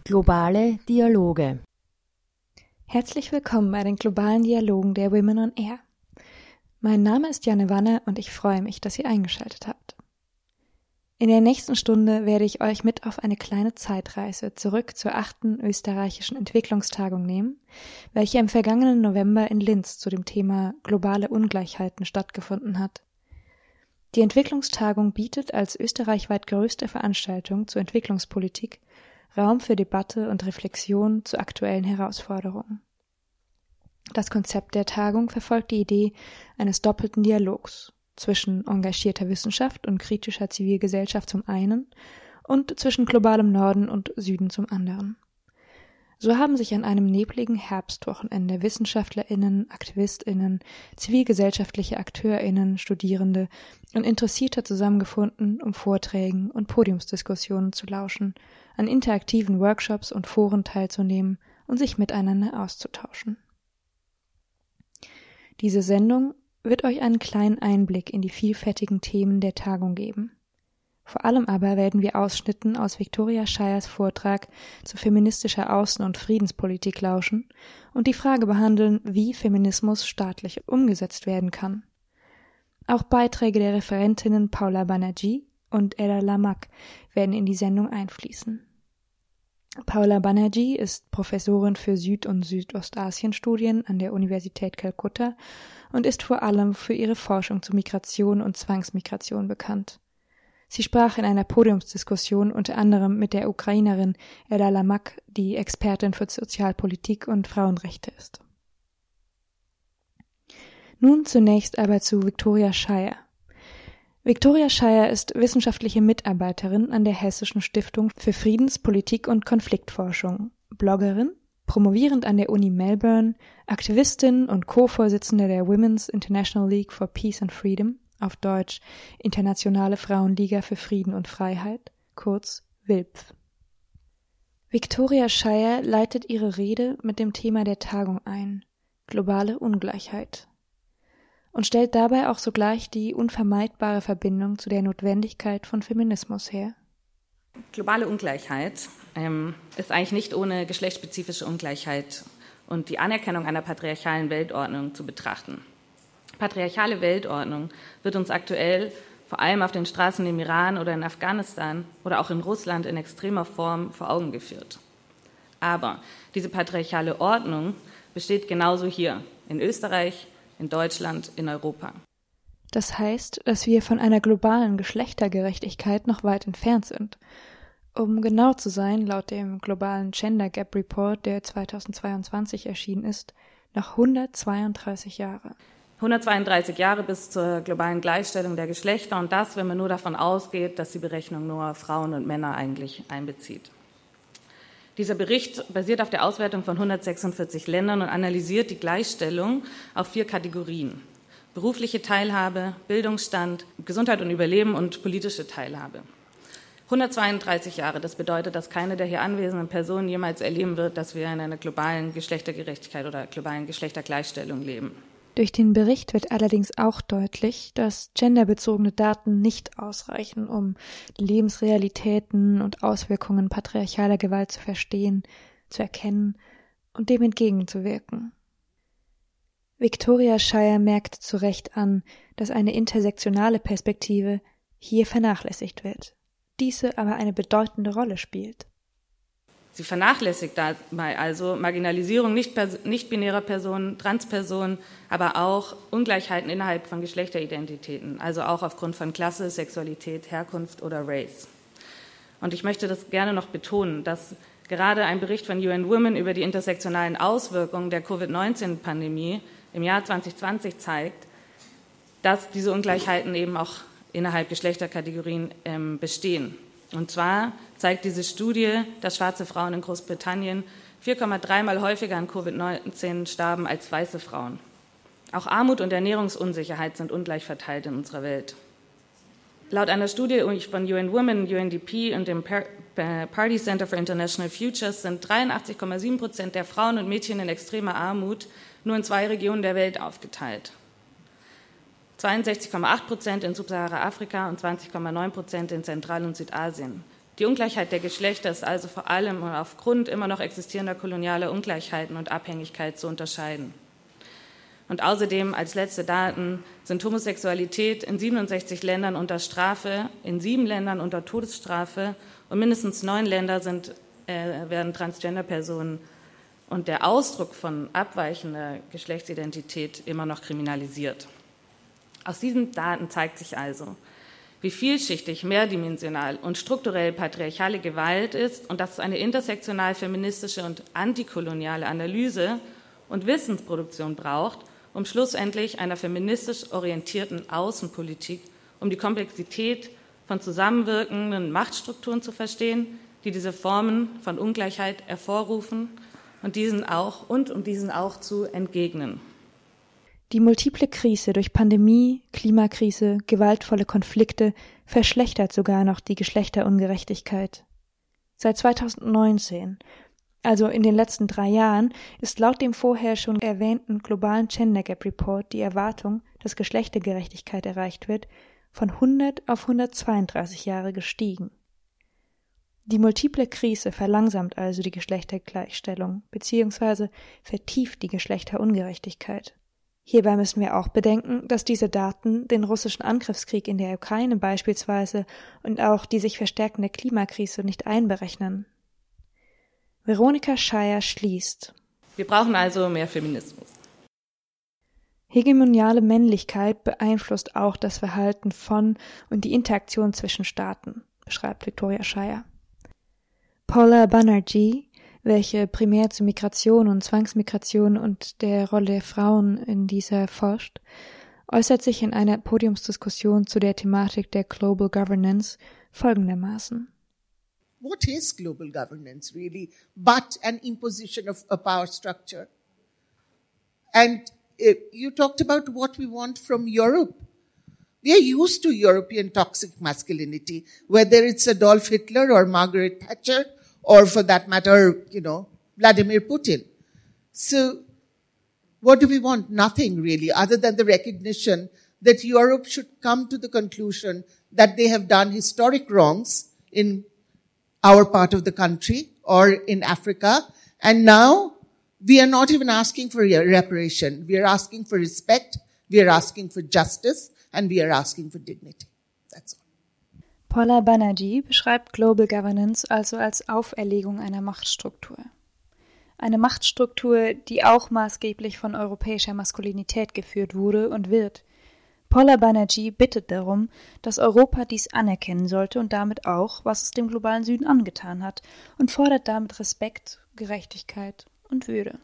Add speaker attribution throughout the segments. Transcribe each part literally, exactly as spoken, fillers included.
Speaker 1: Globale Dialoge.
Speaker 2: Herzlich willkommen bei den globalen Dialogen der Women on Air. Mein Name ist Janne Wanne und ich freue mich, dass ihr eingeschaltet habt. In der nächsten Stunde werde ich euch mit auf eine kleine Zeitreise zurück zur achten österreichischen Entwicklungstagung nehmen, welche im vergangenen November in Linz zu dem Thema globale Ungleichheiten stattgefunden hat. Die Entwicklungstagung bietet als österreichweit größte Veranstaltung zur Entwicklungspolitik Raum für Debatte und Reflexion zu aktuellen Herausforderungen. Das Konzept der Tagung verfolgt die Idee eines doppelten Dialogs zwischen engagierter Wissenschaft und kritischer Zivilgesellschaft zum einen und zwischen globalem Norden und Süden zum anderen. So haben sich an einem nebligen Herbstwochenende WissenschaftlerInnen, AktivistInnen, zivilgesellschaftliche AkteurInnen, Studierende und Interessierte zusammengefunden, um Vorträgen und Podiumsdiskussionen zu lauschen, an interaktiven Workshops und Foren teilzunehmen und sich miteinander auszutauschen. Diese Sendung wird euch einen kleinen Einblick in die vielfältigen Themen der Tagung geben. Vor allem aber werden wir Ausschnitten aus Victoria Scheyers Vortrag zu feministischer Außen- und Friedenspolitik lauschen und die Frage behandeln, wie Feminismus staatlich umgesetzt werden kann. Auch Beiträge der Referentinnen Paula Banerjee und Ella Lamak werden in die Sendung einfließen. Paula Banerjee ist Professorin für Süd- und Südostasienstudien an der Universität Calcutta und ist vor allem für ihre Forschung zu Migration und Zwangsmigration bekannt. Sie sprach in einer Podiumsdiskussion unter anderem mit der Ukrainerin Ella Lamak, die Expertin für Sozialpolitik und Frauenrechte ist. Nun zunächst aber zu Victoria Scheyer. Victoria Scheyer ist wissenschaftliche Mitarbeiterin an der Hessischen Stiftung für Friedens-, Politik- und Konfliktforschung, Bloggerin, promovierend an der Uni Melbourne, Aktivistin und Co-Vorsitzende der Women's International League for Peace and Freedom, auf Deutsch Internationale Frauenliga für Frieden und Freiheit, kurz W I L P F. Victoria Scheyer leitet ihre Rede mit dem Thema der Tagung ein, globale Ungleichheit, und stellt dabei auch sogleich die unvermeidbare Verbindung zu der Notwendigkeit von Feminismus her.
Speaker 3: Globale Ungleichheit ähm, ist eigentlich nicht ohne geschlechtsspezifische Ungleichheit und die Anerkennung einer patriarchalen Weltordnung zu betrachten. Patriarchale Weltordnung wird uns aktuell vor allem auf den Straßen im Iran oder in Afghanistan oder auch in Russland in extremer Form vor Augen geführt. Aber diese patriarchale Ordnung besteht genauso hier, in Österreich, in Deutschland, in Europa.
Speaker 2: Das heißt, dass wir von einer globalen Geschlechtergerechtigkeit noch weit entfernt sind. Um genau zu sein, laut dem globalen Gender Gap Report, der zweitausendzweiundzwanzig erschienen ist, noch hundertzweiunddreißig Jahre.
Speaker 3: hundertzweiunddreißig Jahre bis zur globalen Gleichstellung der Geschlechter und das, wenn man nur davon ausgeht, dass die Berechnung nur Frauen und Männer eigentlich einbezieht. Dieser Bericht basiert auf der Auswertung von hundertsechsundvierzig Ländern und analysiert die Gleichstellung auf vier Kategorien: berufliche Teilhabe, Bildungsstand, Gesundheit und Überleben und politische Teilhabe. hundertzweiunddreißig Jahre, das bedeutet, dass keine der hier anwesenden Personen jemals erleben wird, dass wir in einer globalen Geschlechtergerechtigkeit oder globalen Geschlechtergleichstellung leben.
Speaker 2: Durch den Bericht wird allerdings auch deutlich, dass genderbezogene Daten nicht ausreichen, um die Lebensrealitäten und Auswirkungen patriarchaler Gewalt zu verstehen, zu erkennen und dem entgegenzuwirken. Victoria Scheyer merkt zu Recht an, dass eine intersektionale Perspektive hier vernachlässigt wird, diese aber eine bedeutende Rolle spielt.
Speaker 3: Sie vernachlässigt dabei also Marginalisierung nicht-binärer Personen, Transpersonen, aber auch Ungleichheiten innerhalb von Geschlechteridentitäten, also auch aufgrund von Klasse, Sexualität, Herkunft oder Race. Und ich möchte das gerne noch betonen, dass gerade ein Bericht von U N Women über die intersektionalen Auswirkungen der Covid neunzehn Pandemie im Jahr zwanzig zwanzig zeigt, dass diese Ungleichheiten eben auch innerhalb Geschlechterkategorien ähm, bestehen. Und zwar zeigt diese Studie, dass schwarze Frauen in Großbritannien vier Komma drei Mal häufiger an Covid neunzehn starben als weiße Frauen. Auch Armut und Ernährungsunsicherheit sind ungleich verteilt in unserer Welt. Laut einer Studie von U N Women, U N D P und dem Party Center for International Futures sind dreiundachtzig Komma sieben Prozent der Frauen und Mädchen in extremer Armut nur in zwei Regionen der Welt aufgeteilt. zweiundsechzig Komma acht Prozent in Subsahara-Afrika und zwanzig Komma neun Prozent in Zentral- und Südasien. Die Ungleichheit der Geschlechter ist also vor allem aufgrund immer noch existierender kolonialer Ungleichheiten und Abhängigkeit zu unterscheiden. Und außerdem als letzte Daten sind Homosexualität in siebenundsechzig Ländern unter Strafe, in sieben Ländern unter Todesstrafe und mindestens neun Länder sind, äh, werden Transgender-Personen und der Ausdruck von abweichender Geschlechtsidentität immer noch kriminalisiert. Aus diesen Daten zeigt sich also, wie vielschichtig, mehrdimensional und strukturell patriarchale Gewalt ist und dass es eine intersektional feministische und antikoloniale Analyse und Wissensproduktion braucht, um schlussendlich einer feministisch orientierten Außenpolitik, um die Komplexität von zusammenwirkenden Machtstrukturen zu verstehen, die diese Formen von Ungleichheit hervorrufen und diesen auch und um diesen auch zu entgegnen.
Speaker 2: Die multiple Krise durch Pandemie, Klimakrise, gewaltvolle Konflikte verschlechtert sogar noch die Geschlechterungerechtigkeit. Seit zweitausendneunzehn, also in den letzten drei Jahren, ist laut dem vorher schon erwähnten globalen Gender Gap Report die Erwartung, dass Geschlechtergerechtigkeit erreicht wird, von hundert auf hundertzweiunddreißig Jahre gestiegen. Die multiple Krise verlangsamt also die Geschlechtergleichstellung bzw. vertieft die Geschlechterungerechtigkeit. Hierbei müssen wir auch bedenken, dass diese Daten den russischen Angriffskrieg in der Ukraine beispielsweise und auch die sich verstärkende Klimakrise nicht einberechnen. Veronika Scheier schließt:
Speaker 3: Wir brauchen also mehr Feminismus.
Speaker 2: Hegemoniale Männlichkeit beeinflusst auch das Verhalten von und die Interaktion zwischen Staaten, beschreibt Victoria Scheier. Paula Banerjee, welche primär zu Migration und Zwangsmigration und der Rolle der Frauen in dieser forscht, äußert sich in einer Podiumsdiskussion zu der Thematik der Global Governance folgendermaßen.
Speaker 4: What is global governance really but an imposition of a power structure? And uh, you talked about what we want from Europe. We are used to European toxic masculinity, whether it's Adolf Hitler or Margaret Thatcher, or for that matter, you know, Vladimir Putin. So what do we want? Nothing really, other than the recognition that Europe should come to the conclusion that they have done historic wrongs in our part of the country or in Africa. And now we are not even asking for reparation. We are asking for respect. We are asking for justice. And we are asking for dignity. That's all.
Speaker 2: Paula Banerjee beschreibt Global Governance also als Auferlegung einer Machtstruktur. Eine Machtstruktur, die auch maßgeblich von europäischer Maskulinität geführt wurde und wird. Paula Banerjee bittet darum, dass Europa dies anerkennen sollte und damit auch, was es dem globalen Süden angetan hat, und fordert damit Respekt, Gerechtigkeit und Würde.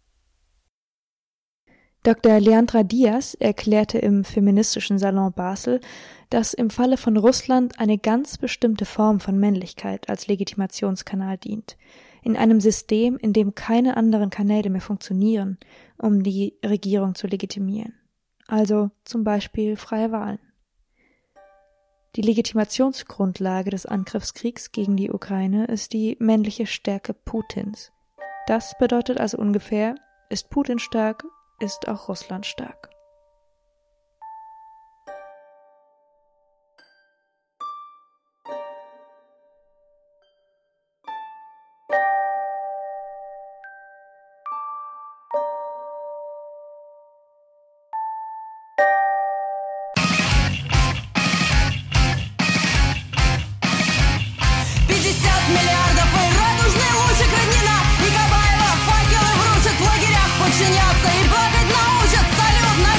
Speaker 2: Doktor Leandra Diaz erklärte im Feministischen Salon Basel, dass im Falle von Russland eine ganz bestimmte Form von Männlichkeit als Legitimationskanal dient, in einem System, in dem keine anderen Kanäle mehr funktionieren, um die Regierung zu legitimieren. Also zum Beispiel freie Wahlen. Die Legitimationsgrundlage des Angriffskriegs gegen die Ukraine ist die männliche Stärke Putins. Das bedeutet also ungefähr, ist Putin stark, ist auch Russland stark.
Speaker 5: Подчиняться и плакать научат салют на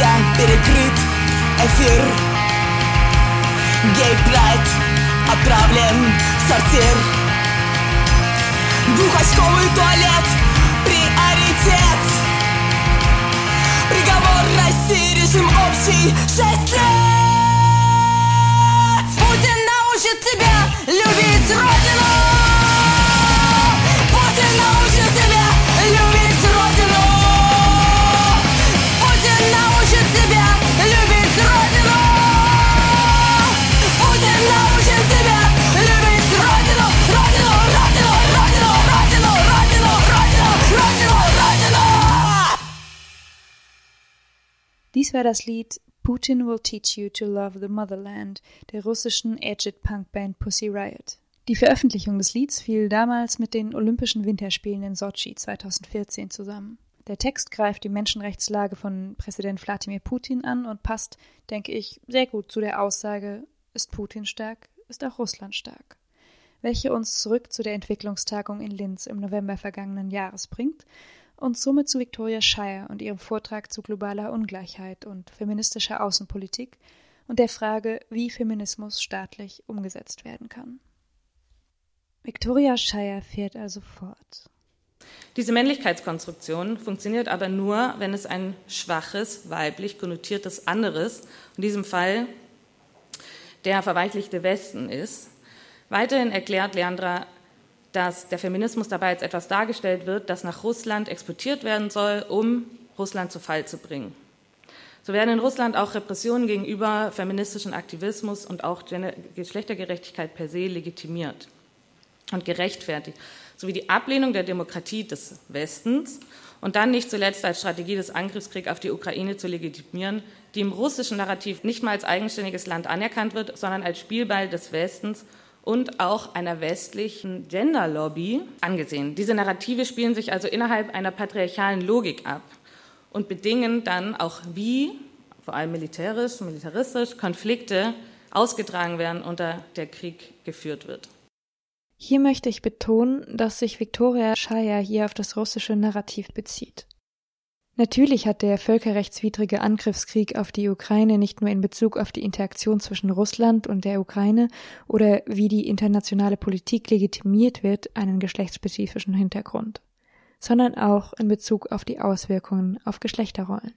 Speaker 5: Нельзя перекрыть эфир. Гей-прайд отправлен в сортир. Двухочковый туалет приоритет. Приговор России, режим общий, шесть лет. Путин научит тебя любить Родину. Путин научит тебя любить Родину. Путин научит тебя любить Родину. Путин научит тебя любить Родину. Родину, Родину, Родину, Родину, Родину, Родину, Родину, Родину.
Speaker 2: Dies war das Lied Putin Will Teach You to Love the Motherland der russischen Agit-Punk-Band Pussy Riot. Die Veröffentlichung des Lieds fiel damals mit den Olympischen Winterspielen in Sotschi zweitausendvierzehn zusammen. Der Text greift die Menschenrechtslage von Präsident Wladimir Putin an und passt, denke ich, sehr gut zu der Aussage, ist Putin stark, ist auch Russland stark, welche uns zurück zu der Entwicklungstagung in Linz im November vergangenen Jahres bringt und somit zu Victoria Shire und ihrem Vortrag zu globaler Ungleichheit und feministischer Außenpolitik und der Frage, wie Feminismus staatlich umgesetzt werden kann. Victoria Shire fährt also fort.
Speaker 3: Diese Männlichkeitskonstruktion funktioniert aber nur, wenn es ein schwaches, weiblich konnotiertes anderes, in diesem Fall der verweichlichte Westen ist. Weiterhin erklärt Leandra, dass der Feminismus dabei als etwas dargestellt wird, das nach Russland exportiert werden soll, um Russland zu Fall zu bringen. So werden in Russland auch Repressionen gegenüber feministischen Aktivismus und auch Geschlechtergerechtigkeit per se legitimiert und gerechtfertigt, sowie die Ablehnung der Demokratie des Westens und dann nicht zuletzt als Strategie des Angriffskriegs auf die Ukraine zu legitimieren, die im russischen Narrativ nicht mal als eigenständiges Land anerkannt wird, sondern als Spielball des Westens und auch einer westlichen Genderlobby angesehen. Diese Narrative spielen sich also innerhalb einer patriarchalen Logik ab und bedingen dann auch, wie, vor allem militärisch, militaristisch, Konflikte ausgetragen werden, unter der Krieg geführt wird.
Speaker 2: Hier möchte ich betonen, dass sich Victoria Shire hier auf das russische Narrativ bezieht. Natürlich hat der völkerrechtswidrige Angriffskrieg auf die Ukraine nicht nur in Bezug auf die Interaktion zwischen Russland und der Ukraine oder wie die internationale Politik legitimiert wird, einen geschlechtsspezifischen Hintergrund, sondern auch in Bezug auf die Auswirkungen auf Geschlechterrollen.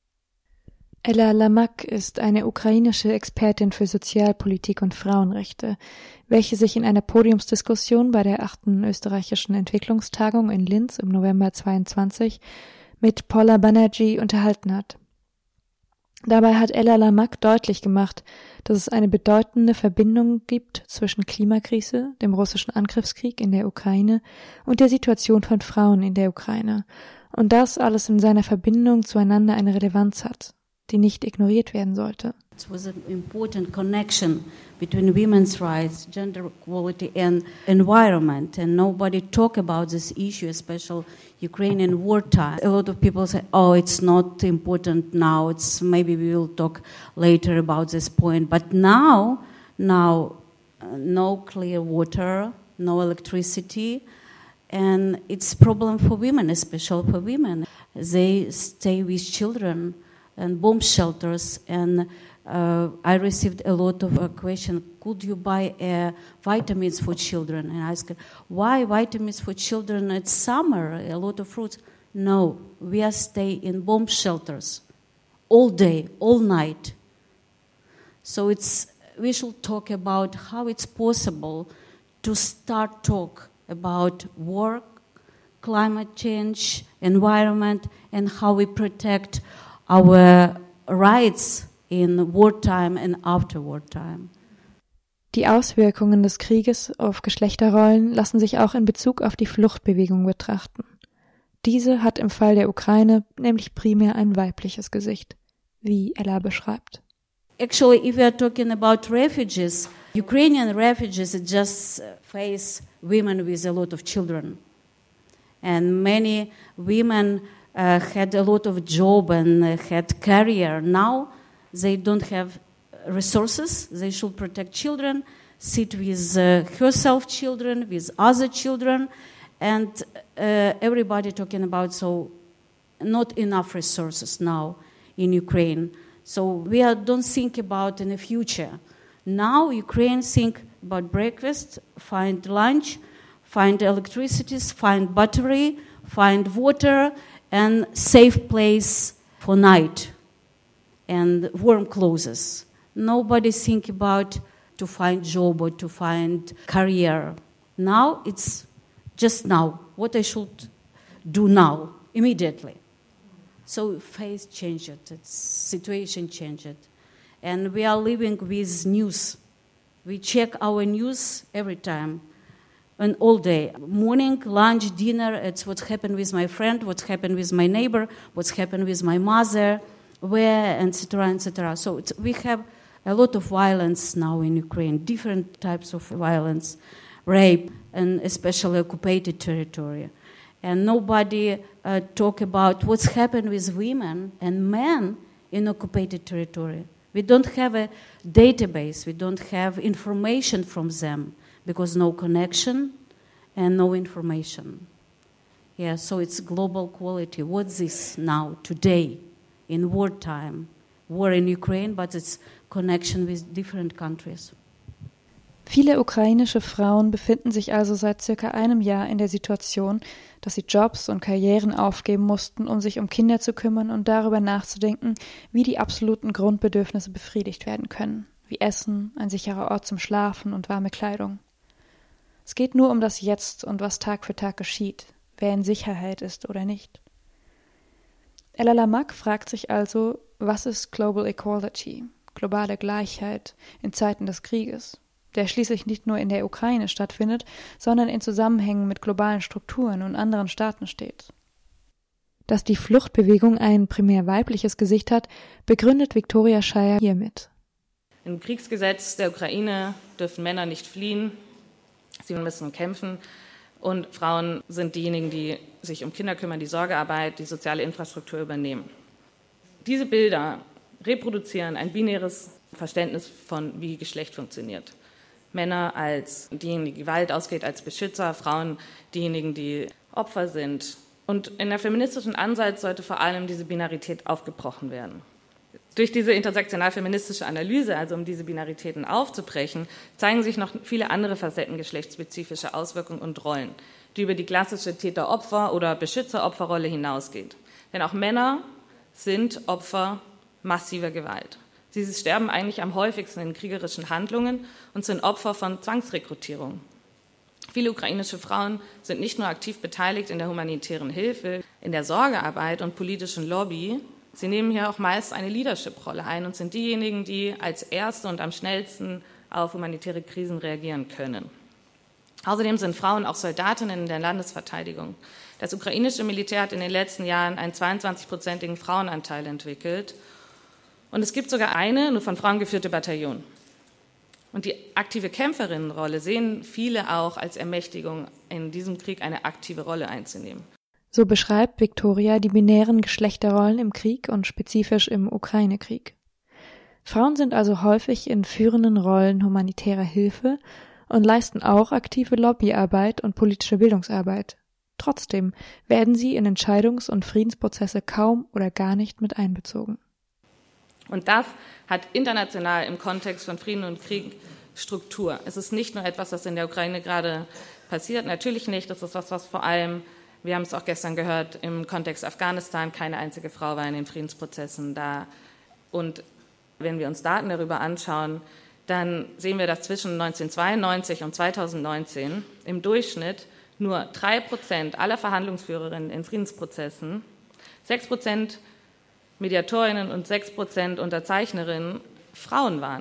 Speaker 2: Ella Lamak ist eine ukrainische Expertin für Sozialpolitik und Frauenrechte, welche sich in einer Podiumsdiskussion bei der achten österreichischen Entwicklungstagung in Linz im November zweiundzwanzig mit Paula Banerjee unterhalten hat. Dabei hat Ella Lamak deutlich gemacht, dass es eine bedeutende Verbindung gibt zwischen Klimakrise, dem russischen Angriffskrieg in der Ukraine und der Situation von Frauen in der Ukraine und das alles in seiner Verbindung zueinander eine Relevanz hat, die nicht ignoriert werden sollte.
Speaker 6: It was an important connection between women's rights, gender equality and environment, and nobody talk about this issue, especially Ukrainian wartime. A lot of people say, oh, it's not important now, it's maybe we will talk later about this point. But now, now, uh, no clear water, no electricity, and it's a problem for women, especially for women. They stay with children and bomb shelters, and uh, I received a lot of uh, questions, could you buy uh, vitamins for children? And I asked, why vitamins for children? It's summer, a lot of fruits. No, we are staying in bomb shelters all day, all night. So it's we should talk about how it's possible to start talk about work, climate change, environment, and how we protect our rights in wartime and after wartime.
Speaker 2: Die Auswirkungen des Krieges auf Geschlechterrollen lassen sich auch in Bezug auf die Fluchtbewegung betrachten. Diese hat im Fall der Ukraine nämlich primär ein weibliches Gesicht, wie Ella beschreibt.
Speaker 6: Actually, if we are talking about refugees, Ukrainian refugees just face women with a lot of children. And many women uh, had a lot of job and uh, had career. Now they don't have resources. They should protect children, sit with uh, herself children, with other children, and uh, everybody talking about so not enough resources now in Ukraine. So we are, don't think about in the future. Now Ukraine think about breakfast, find lunch, find electricity, find battery, find water, and safe place for night, and warm clothes. Nobody think about to find job or to find career. Now it's just now, what I should do now, immediately. So face changed, situation changed. And we are living with news. We check our news every time and all day. Morning, lunch, dinner, it's what's happened with my friend, what's happened with my neighbor, what's happened with my mother, where, et cetera, et cetera. So it's, we have a lot of violence now in Ukraine, different types of violence, rape, and especially occupied territory. And nobody uh, talk about what's happened with women and men in occupied territory. We don't have a database. We don't have information from them because no connection and no information. Yeah, so it's global quality. What's this now, today, in wartime? War in Ukraine, but it's connection with different countries.
Speaker 2: Viele ukrainische Frauen befinden sich also seit circa einem Jahr in der Situation, dass sie Jobs und Karrieren aufgeben mussten, um sich um Kinder zu kümmern und darüber nachzudenken, wie die absoluten Grundbedürfnisse befriedigt werden können, wie Essen, ein sicherer Ort zum Schlafen und warme Kleidung. Es geht nur um das Jetzt und was Tag für Tag geschieht, wer in Sicherheit ist oder nicht. Ella Lamak fragt sich also, was ist Global Equality, globale Gleichheit in Zeiten des Krieges, der schließlich nicht nur in der Ukraine stattfindet, sondern in Zusammenhängen mit globalen Strukturen und anderen Staaten steht. Dass die Fluchtbewegung ein primär weibliches Gesicht hat, begründet Victoria Shire hiermit.
Speaker 3: Im Kriegsgesetz der Ukraine dürfen Männer nicht fliehen, sie müssen kämpfen und Frauen sind diejenigen, die sich um Kinder kümmern, die Sorgearbeit, die soziale Infrastruktur übernehmen. Diese Bilder reproduzieren ein binäres Verständnis von, wie Geschlecht funktioniert. Männer als diejenigen, die Gewalt ausgeht, als Beschützer, Frauen diejenigen, die Opfer sind. Und in der feministischen Ansatz sollte vor allem diese Binarität aufgebrochen werden. Durch diese intersektional-feministische Analyse, also um diese Binaritäten aufzubrechen, zeigen sich noch viele andere Facetten geschlechtsspezifischer Auswirkungen und Rollen, die über die klassische Täter-Opfer- oder Beschützer-Opferrolle hinausgeht. Denn auch Männer sind Opfer massiver Gewalt. Sie sterben eigentlich am häufigsten in kriegerischen Handlungen und sind Opfer von Zwangsrekrutierung. Viele ukrainische Frauen sind nicht nur aktiv beteiligt in der humanitären Hilfe, in der Sorgearbeit und politischen Lobby, sie nehmen hier auch meist eine Leadership-Rolle ein und sind diejenigen, die als Erste und am schnellsten auf humanitäre Krisen reagieren können. Außerdem sind Frauen auch Soldatinnen in der Landesverteidigung. Das ukrainische Militär hat in den letzten Jahren einen zweiundzwanzigprozentigen Frauenanteil entwickelt. Und es gibt sogar eine, nur von Frauen geführte Bataillon. Und die aktive Kämpferinnenrolle sehen viele auch als Ermächtigung, in diesem Krieg eine aktive Rolle einzunehmen.
Speaker 2: So beschreibt Victoria die binären Geschlechterrollen im Krieg und spezifisch im Ukraine-Krieg. Frauen sind also häufig in führenden Rollen humanitärer Hilfe und leisten auch aktive Lobbyarbeit und politische Bildungsarbeit. Trotzdem werden sie in Entscheidungs- und Friedensprozesse kaum oder gar nicht mit einbezogen.
Speaker 3: Und das hat international im Kontext von Frieden und Krieg Struktur. Es ist nicht nur etwas, was in der Ukraine gerade passiert, natürlich nicht. Das ist was, was vor allem, wir haben es auch gestern gehört, im Kontext Afghanistan, keine einzige Frau war in den Friedensprozessen da. Und wenn wir uns Daten darüber anschauen, dann sehen wir, dass zwischen neunzehnhundertzweiundneunzig und zweitausendneunzehn im Durchschnitt nur drei Prozent aller Verhandlungsführerinnen in Friedensprozessen, sechs Prozent Mediatorinnen und sechs Prozent Unterzeichnerinnen Frauen waren.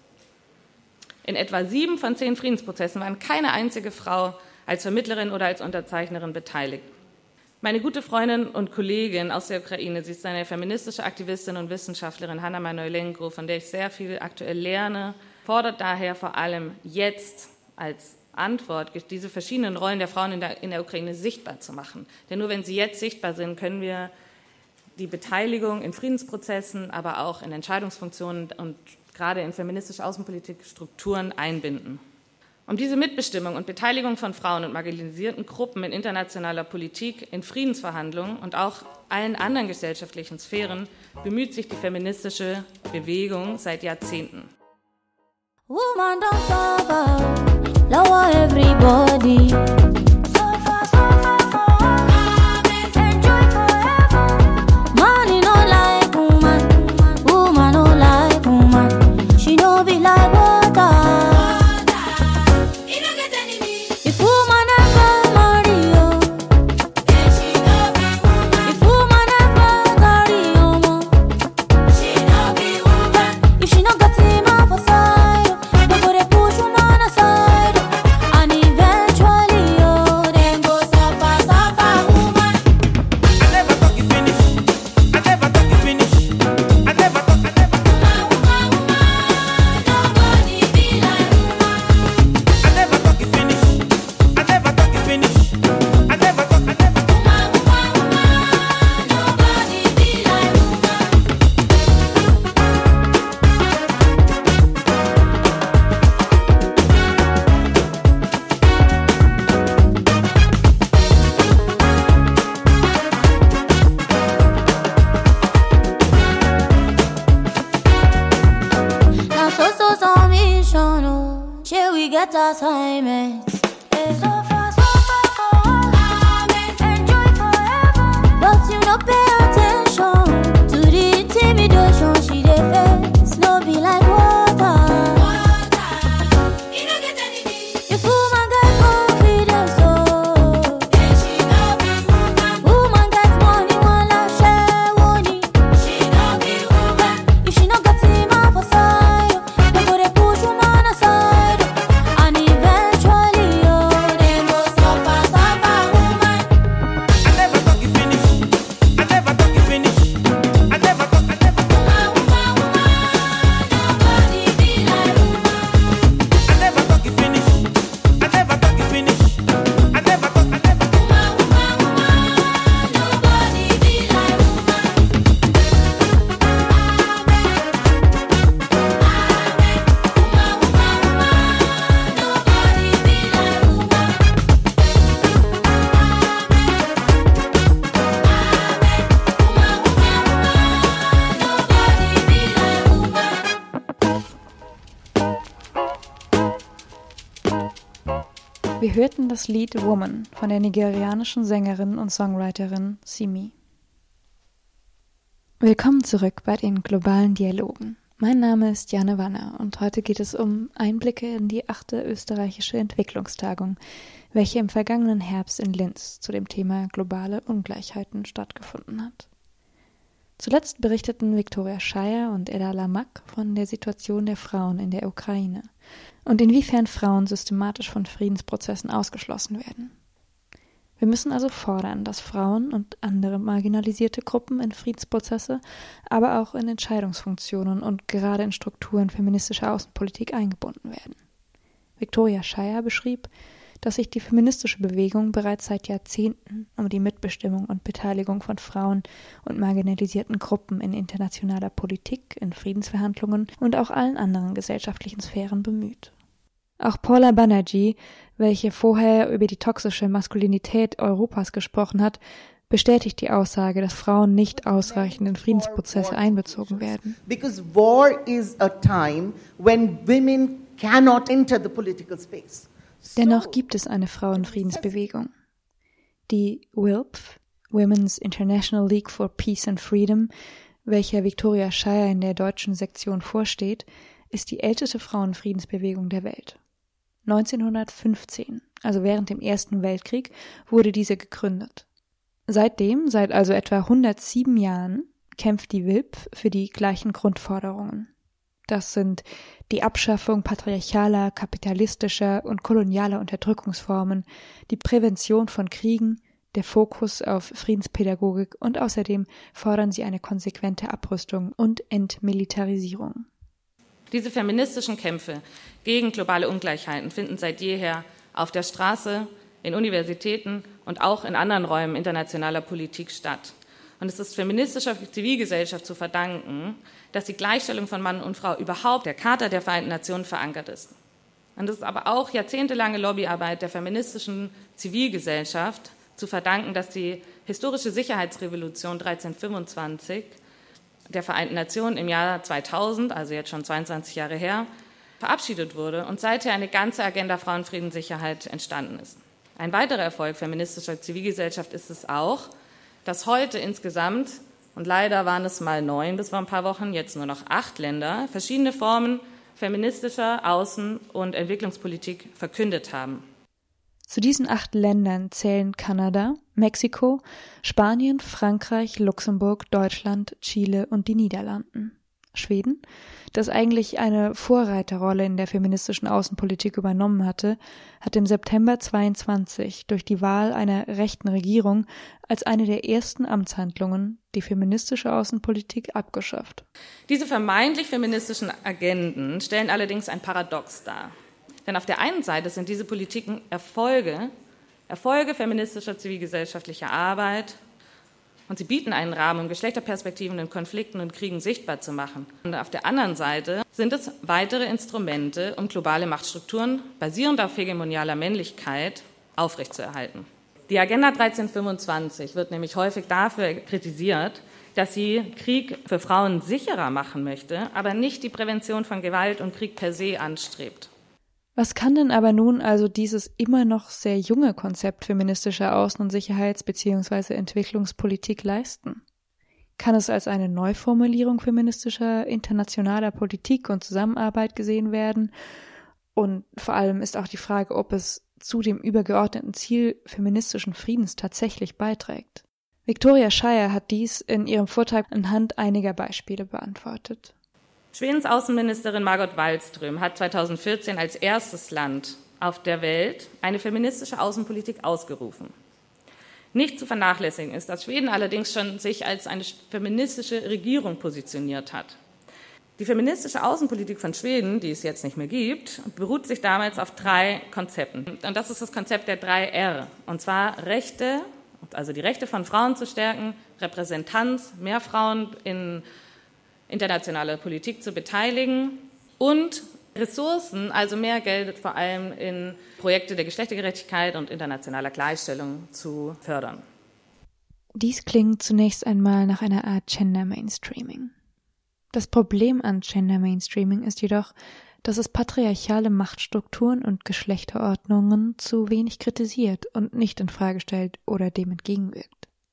Speaker 3: In etwa sieben von zehn Friedensprozessen waren keine einzige Frau als Vermittlerin oder als Unterzeichnerin beteiligt. Meine gute Freundin und Kollegin aus der Ukraine, sie ist eine feministische Aktivistin und Wissenschaftlerin, Hanna Manojlenko, von der ich sehr viel aktuell lerne, fordert daher vor allem jetzt als Antwort, diese verschiedenen Rollen der Frauen in der, in der Ukraine sichtbar zu machen. Denn nur wenn sie jetzt sichtbar sind, können wir die Beteiligung in Friedensprozessen, aber auch in Entscheidungsfunktionen und gerade in feministische Außenpolitik Strukturen einbinden. Um diese Mitbestimmung und Beteiligung von Frauen und marginalisierten Gruppen in internationaler Politik, in Friedensverhandlungen und auch allen anderen gesellschaftlichen Sphären bemüht sich die feministische Bewegung seit Jahrzehnten.
Speaker 7: Woman don't suffer, lower everybody. Suffer, suffer for enjoy forever. Money no like woman, woman no like woman. She no be like water. If woman ever marry you, she no be woman. If woman ever carry you, she no be woman. If she no got him off a side, they go dey push woman aside, and eventually you then go suffer, suffer woman.
Speaker 8: I never talk you finish. I never talk you finish. I never talk. I never.
Speaker 7: Woman, woman, woman, nobody be like woman.
Speaker 8: I never talk you finish. I never talk you finish. I never talk. I never.
Speaker 7: Woman, woman, woman, nobody be like woman. Now so so so mission, oh, shall we get assignment? Suffer, suffer for enjoy forever. But you no pay attention to the intimidation she dey face. No be like water. If woman get confidence, oh, she no be woman. Woman get money, one love share money. She no be woman. If she no got him off a side, they go dey push woman aside, and eventually, oh, they go suffer, suffer woman.
Speaker 8: I never talk you finish. I never talk you finish. I never talk. I never.
Speaker 7: Woman, woman, woman, nobody be like woman.
Speaker 8: I never talk you finish. I never talk you finish. I never talk. I never.
Speaker 7: Woman, woman, woman, nobody be like woman. Woman, woman, woman, nobody be like woman. Woman, woman, woman, nobody be like woman.
Speaker 2: Wir hörten das Lied Woman von der nigerianischen Sängerin und Songwriterin Simi. Willkommen zurück bei den globalen Dialogen. Mein Name ist Janne Wanner und heute geht es um Einblicke in die achte österreichische Entwicklungstagung, welche im vergangenen Herbst in Linz zu dem Thema globale Ungleichheiten stattgefunden hat. Zuletzt berichteten Viktoria Scheier und Edda Lamak von der Situation der Frauen in der Ukraine und inwiefern Frauen systematisch von Friedensprozessen ausgeschlossen werden. Wir müssen also fordern, dass Frauen und andere marginalisierte Gruppen in Friedensprozesse, aber auch in Entscheidungsfunktionen und gerade in Strukturen feministischer Außenpolitik eingebunden werden. Viktoria Scheier beschrieb, dass sich die feministische Bewegung bereits seit Jahrzehnten um die Mitbestimmung und Beteiligung von Frauen und marginalisierten Gruppen in internationaler Politik, in Friedensverhandlungen und auch allen anderen gesellschaftlichen Sphären bemüht. Auch Paula Banerjee, welche vorher über die toxische Maskulinität Europas gesprochen hat, bestätigt die Aussage, dass Frauen nicht ausreichend in Friedensprozesse einbezogen werden.
Speaker 4: Because war is a time when women cannot enter the political space.
Speaker 2: Dennoch gibt es eine Frauenfriedensbewegung. Die W I L P, Women's International League for Peace and Freedom, welcher Viktoria Scheier in der deutschen Sektion vorsteht, ist die älteste Frauenfriedensbewegung der Welt. neunzehnhundertfünfzehn, also während dem Ersten Weltkrieg, wurde diese gegründet. Seitdem, seit also etwa hundertsieben Jahren, kämpft die W I L P für die gleichen Grundforderungen. Das sind die Abschaffung patriarchaler, kapitalistischer und kolonialer Unterdrückungsformen, die Prävention von Kriegen, der Fokus auf Friedenspädagogik und außerdem fordern sie eine konsequente Abrüstung und Entmilitarisierung.
Speaker 3: Diese feministischen Kämpfe gegen globale Ungleichheiten finden seit jeher auf der Straße, in Universitäten und auch in anderen Räumen internationaler Politik statt. Und es ist feministischer Zivilgesellschaft zu verdanken, dass die Gleichstellung von Mann und Frau überhaupt der Charta der Vereinten Nationen verankert ist. Und es ist aber auch jahrzehntelange Lobbyarbeit der feministischen Zivilgesellschaft zu verdanken, dass die historische Sicherheitsrevolution dreizehnhundertfünfundzwanzig der Vereinten Nationen im Jahr zweitausend, also jetzt schon zweiundzwanzig Jahre her, verabschiedet wurde und seither eine ganze Agenda Frauenfrieden, Sicherheit entstanden ist. Ein weiterer Erfolg feministischer Zivilgesellschaft ist es auch, dass heute insgesamt, und leider waren es mal neun bis vor ein paar Wochen, jetzt nur noch acht Länder, verschiedene Formen feministischer Außen- und Entwicklungspolitik verkündet haben.
Speaker 2: Zu diesen acht Ländern zählen Kanada, Mexiko, Spanien, Frankreich, Luxemburg, Deutschland, Chile und die Niederlanden. Schweden, das eigentlich eine Vorreiterrolle in der feministischen Außenpolitik übernommen hatte, hat im September zweiundzwanzig durch die Wahl einer rechten Regierung als eine der ersten Amtshandlungen die feministische Außenpolitik abgeschafft.
Speaker 3: Diese vermeintlich feministischen Agenden stellen allerdings ein Paradox dar. Denn auf der einen Seite sind diese Politiken Erfolge, Erfolge feministischer zivilgesellschaftlicher Arbeit, und sie bieten einen Rahmen, um Geschlechterperspektiven in Konflikten und Kriegen sichtbar zu machen. Und auf der anderen Seite sind es weitere Instrumente, um globale Machtstrukturen basierend auf hegemonialer Männlichkeit aufrechtzuerhalten. Die Agenda dreizehnhundertfünfundzwanzig wird nämlich häufig dafür kritisiert, dass sie Krieg für Frauen sicherer machen möchte, aber nicht die Prävention von Gewalt und Krieg per se anstrebt.
Speaker 2: Was kann denn aber nun also dieses immer noch sehr junge Konzept feministischer Außen- und Sicherheits- bzw. Entwicklungspolitik leisten? Kann es als eine Neuformulierung feministischer internationaler Politik und Zusammenarbeit gesehen werden? Und vor allem ist auch die Frage, ob es zu dem übergeordneten Ziel feministischen Friedens tatsächlich beiträgt. Victoria Shire hat dies in ihrem Vortrag anhand einiger Beispiele beantwortet.
Speaker 3: Schwedens Außenministerin Margot Wallström hat zweitausendvierzehn als erstes Land auf der Welt eine feministische Außenpolitik ausgerufen. Nicht zu vernachlässigen ist, dass Schweden allerdings schon sich als eine feministische Regierung positioniert hat. Die feministische Außenpolitik von Schweden, die es jetzt nicht mehr gibt, beruht sich damals auf drei Konzepten. Und das ist das Konzept der drei R. Und zwar Rechte, also die Rechte von Frauen zu stärken, Repräsentanz, mehr Frauen in internationale Politik zu beteiligen und Ressourcen, also mehr Geld vor allem in Projekte der Geschlechtergerechtigkeit und internationaler Gleichstellung zu fördern.
Speaker 2: Dies klingt zunächst einmal nach einer Art Gender Mainstreaming. Das Problem an Gender Mainstreaming ist jedoch, dass es patriarchale Machtstrukturen und Geschlechterordnungen zu wenig kritisiert und nicht in Frage stellt oder dem entgegenwirkt.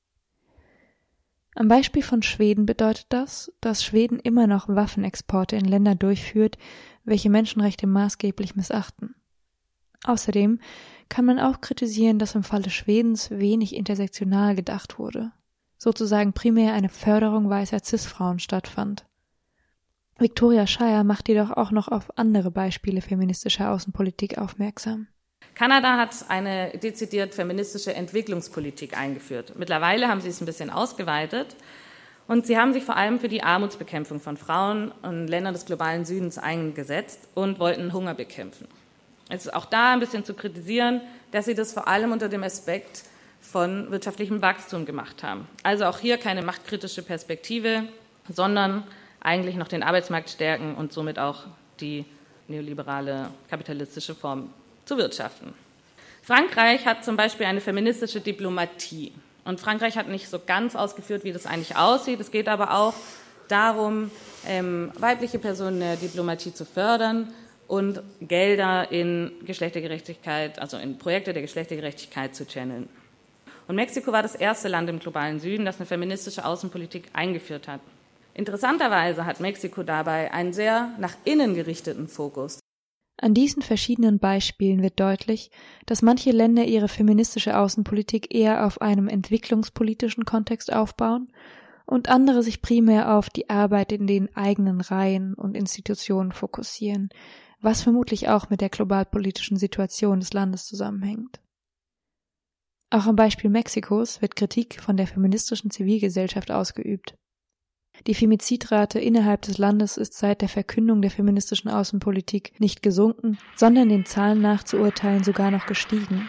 Speaker 2: Am Beispiel von Schweden bedeutet das, dass Schweden immer noch Waffenexporte in Länder durchführt, welche Menschenrechte maßgeblich missachten. Außerdem kann man auch kritisieren, dass im Falle Schwedens wenig intersektional gedacht wurde, sozusagen primär eine Förderung weißer Cis-Frauen stattfand. Victoria Shire macht jedoch auch noch auf andere Beispiele feministischer Außenpolitik aufmerksam.
Speaker 3: Kanada hat eine dezidiert feministische Entwicklungspolitik eingeführt. Mittlerweile haben sie es ein bisschen ausgeweitet und sie haben sich vor allem für die Armutsbekämpfung von Frauen in Ländern des globalen Südens eingesetzt und wollten Hunger bekämpfen. Es ist auch da ein bisschen zu kritisieren, dass sie das vor allem unter dem Aspekt von wirtschaftlichem Wachstum gemacht haben. Also auch hier keine machtkritische Perspektive, sondern eigentlich noch den Arbeitsmarkt stärken und somit auch die neoliberale kapitalistische Form zu wirtschaften. Frankreich hat zum Beispiel eine feministische Diplomatie. Und Frankreich hat nicht so ganz ausgeführt, wie das eigentlich aussieht. Es geht aber auch darum, ähm, weibliche Personen in der Diplomatie zu fördern und Gelder in Geschlechtergerechtigkeit, also in Projekte der Geschlechtergerechtigkeit zu channeln. Und Mexiko war das erste Land im globalen Süden, das eine feministische Außenpolitik eingeführt hat. Interessanterweise hat Mexiko dabei einen sehr nach innen gerichteten Fokus.
Speaker 2: An diesen verschiedenen Beispielen wird deutlich, dass manche Länder ihre feministische Außenpolitik eher auf einem entwicklungspolitischen Kontext aufbauen und andere sich primär auf die Arbeit in den eigenen Reihen und Institutionen fokussieren, was vermutlich auch mit der globalpolitischen Situation des Landes zusammenhängt. Auch am Beispiel Mexikos wird Kritik von der feministischen Zivilgesellschaft ausgeübt. Die Femizidrate innerhalb des Landes ist seit der Verkündung der feministischen Außenpolitik nicht gesunken, sondern den Zahlen nach zu urteilen sogar noch gestiegen.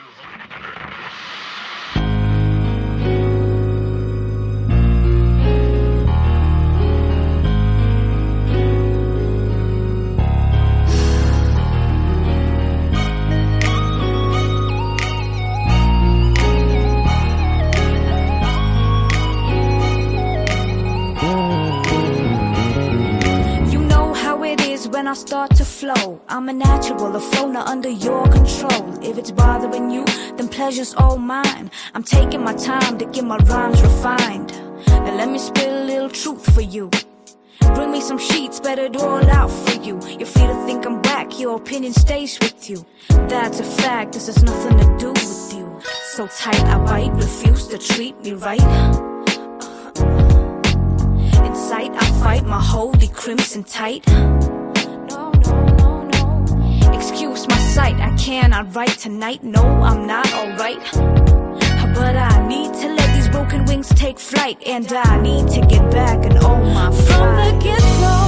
Speaker 7: flow. I'm a natural, a flow not under your control. If it's bothering you, then pleasure's all mine. I'm taking my time to get my rhymes refined. Now let me spill a little truth for you. Bring me some sheets, better it all out for you. You're free to think I'm whack, your opinion stays with you. That's a fact, this has nothing to do with you. So tight I bite, refuse to treat me right. In sight I fight my holy crimson tight. No, no, no, no. Excuse my sight, I cannot write tonight. No, I'm not alright. But I need to let these broken wings take flight. And I need to get back and own my flight. From the get-go,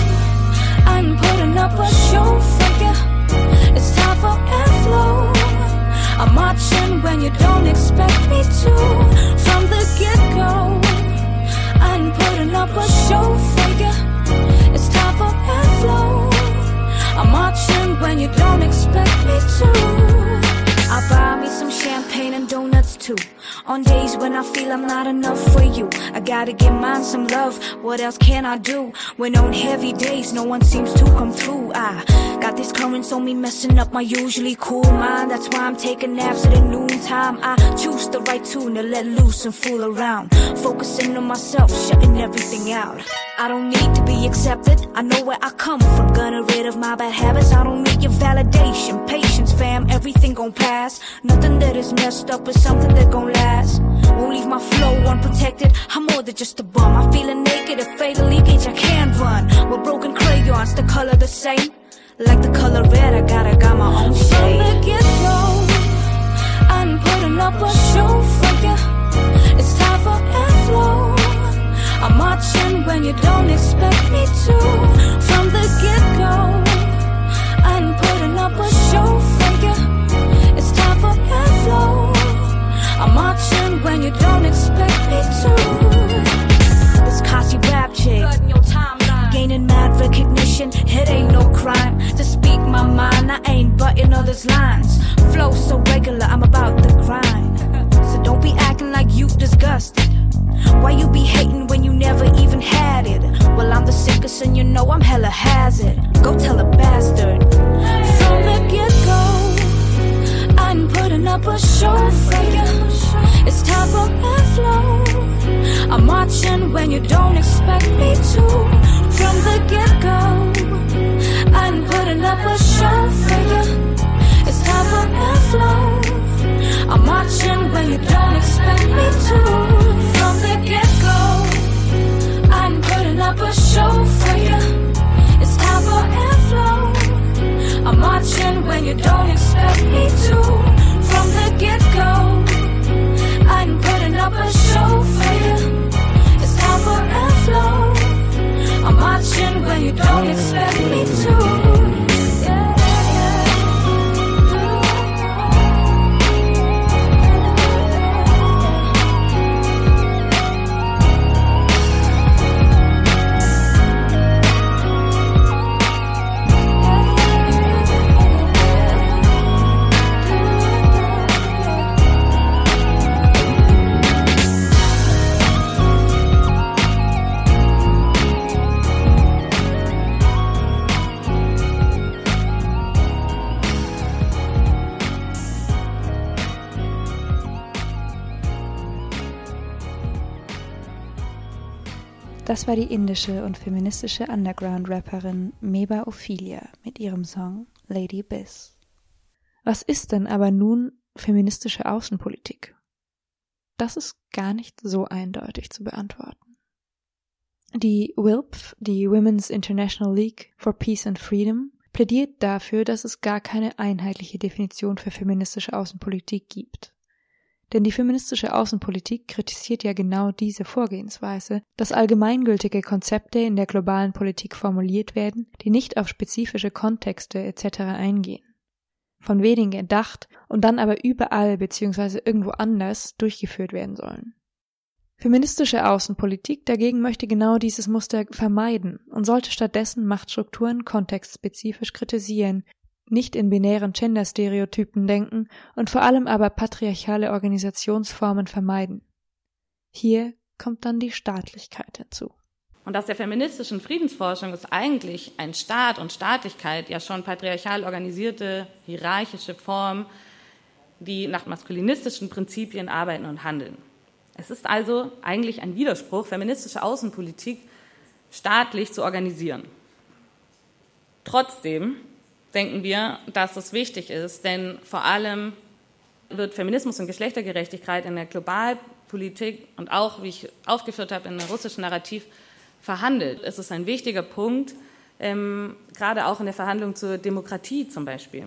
Speaker 7: I'm putting up a show for you. It's time for airflow. I'm marching when you don't expect me to. From the get-go, I'm putting up a show for you. It's time for airflow. I'm marching when you don't expect me to. I'll buy me some champagne and donuts too. On days when I feel I'm not enough for you, I gotta give mine some love. What else can I do? When on heavy days no one seems to come through, I got these currents on me messing up my usually cool mind. That's why I'm taking naps at a noontime. I choose the right tune to let loose and fool around, focusing on myself, shutting everything out. I don't need to be accepted, I know where I come from. Gonna rid of my bad habits, I don't need your validation. Patience fam, everything gon' pass. Nothing that is messed up is something that gon' last. Won't leave my flow unprotected, I'm more than just a bum. I feeling naked, a fatal leakage, I can't run. With broken crayons, the color the same. Like the color red, I gotta got my own shade. From the get-go, I'm putting up a show for you. It's time for airflow. I'm marching when you don't expect me to. From the get-go, I'm putting up a show for you. It's time for airflow. I'm marching when you don't expect me to. This Kasi rap chick, gaining mad recognition, it ain't no crime to speak my mind, I ain't butting others' lines. Flow so regular, I'm about the grind. So don't be acting like you disgusted. Why you be hating when you never even had it? Well, I'm the sickest and you know I'm hella hazard. Go tell a bastard. From the get-go, I'm putting up a show for you. It's time for airflow. I'm marching when you don't expect me to. From the get-go, I'm putting up a show for you. It's time for airflow. I'm marching when you don't expect me to. From the get-go, I'm putting up a show for you. It's time for airflow. I'm marching when you don't expect me to. From the get-go, I'm putting up a show for you. It's time for airflow. I'm marching when you don't expect me to.
Speaker 2: Das war die indische und feministische Underground-Rapperin Meba Ophelia mit ihrem Song Lady Biz. Was ist denn aber nun feministische Außenpolitik? Das ist gar nicht so eindeutig zu beantworten. Die W I L P, die Women's International League for Peace and Freedom, plädiert dafür, dass es gar keine einheitliche Definition für feministische Außenpolitik gibt. Denn die feministische Außenpolitik kritisiert ja genau diese Vorgehensweise, dass allgemeingültige Konzepte in der globalen Politik formuliert werden, die nicht auf spezifische Kontexte et cetera eingehen. Von wenigen gedacht und dann aber überall bzw. irgendwo anders durchgeführt werden sollen. Feministische Außenpolitik dagegen möchte genau dieses Muster vermeiden und sollte stattdessen Machtstrukturen kontextspezifisch kritisieren, nicht in binären Gender-Stereotypen denken und vor allem aber patriarchale Organisationsformen vermeiden. Hier kommt dann die Staatlichkeit hinzu.
Speaker 3: Und aus der feministischen Friedensforschung ist eigentlich ein Staat und Staatlichkeit ja schon patriarchal organisierte, hierarchische Form, die nach maskulinistischen Prinzipien arbeiten und handeln. Es ist also eigentlich ein Widerspruch, feministische Außenpolitik staatlich zu organisieren. Trotzdem denken wir, dass es wichtig ist, denn vor allem wird Feminismus und Geschlechtergerechtigkeit in der Globalpolitik und auch, wie ich aufgeführt habe, in der russischen Narrativ verhandelt. Es ist ein wichtiger Punkt, ähm, gerade auch in der Verhandlung zur Demokratie zum Beispiel.